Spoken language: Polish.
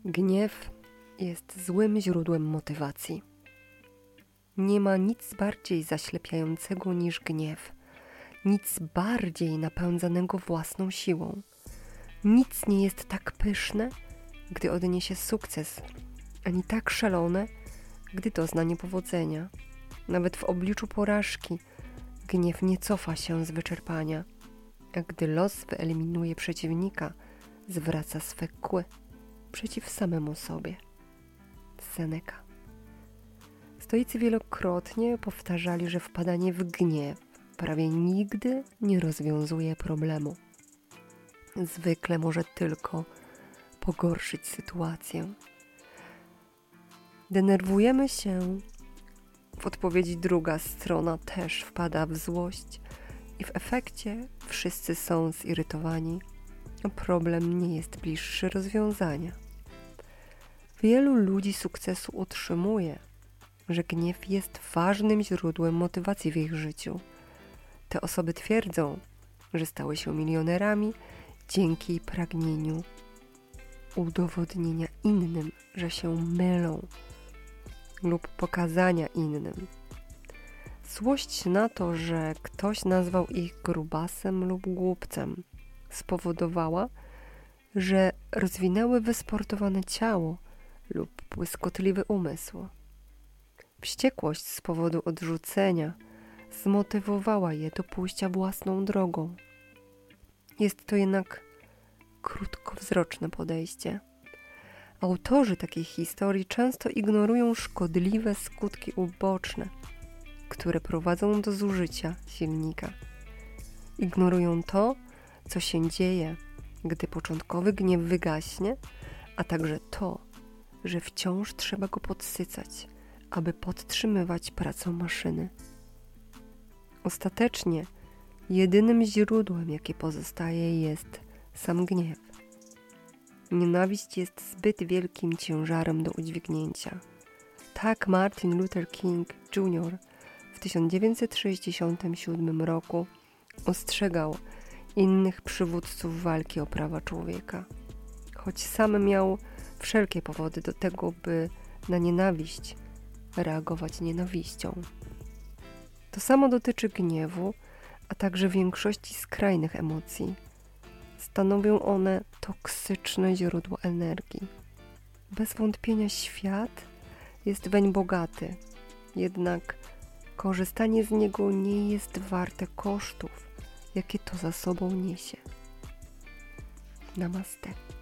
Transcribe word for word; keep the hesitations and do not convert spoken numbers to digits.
Gniew jest złym źródłem motywacji. Nie ma nic bardziej zaślepiającego niż gniew, nic bardziej napędzanego własną siłą. Nic nie jest tak pyszne, gdy odniesie sukces, ani tak szalone, gdy dozna niepowodzenia. Nawet w obliczu porażki gniew nie cofa się z wyczerpania, a gdy los wyeliminuje przeciwnika, zwraca swe kły przeciw samemu sobie. Seneca. Stoicy wielokrotnie powtarzali, że wpadanie w gniew prawie nigdy nie rozwiązuje problemu. Zwykle może tylko pogorszyć sytuację. Denerwujemy się, w odpowiedzi druga strona też wpada w złość i w efekcie wszyscy są zirytowani, a problem nie jest bliższy rozwiązania. Wielu ludzi sukcesu utrzymuje, że gniew jest ważnym źródłem motywacji w ich życiu. Te osoby twierdzą, że stały się milionerami dzięki pragnieniu udowodnienia innym, że się mylą lub pokazania innym. Złość na to, że ktoś nazwał ich grubasem lub głupcem, spowodowała, że rozwinęły wysportowane ciało lub błyskotliwy umysł. Wściekłość z powodu odrzucenia zmotywowała je do pójścia własną drogą. Jest to jednak krótkowzroczne podejście. Autorzy takich historii często ignorują szkodliwe skutki uboczne, które prowadzą do zużycia silnika. Ignorują to, co się dzieje, gdy początkowy gniew wygaśnie, a także to, że wciąż trzeba go podsycać, aby podtrzymywać pracę maszyny. Ostatecznie jedynym źródłem, jakie pozostaje, jest sam gniew. Nienawiść jest zbyt wielkim ciężarem do udźwignięcia. Tak Martin Luther King junior w tysiąc dziewięćset sześćdziesiątym siódmym roku ostrzegał innych przywódców walki o prawa człowieka. Choć sam miał wszelkie powody do tego, by na nienawiść reagować nienawiścią. To samo dotyczy gniewu, a także większości skrajnych emocji. Stanowią one toksyczne źródło energii. Bez wątpienia świat jest weń bogaty, jednak korzystanie z niego nie jest warte kosztów, jakie to za sobą niesie. Namaste.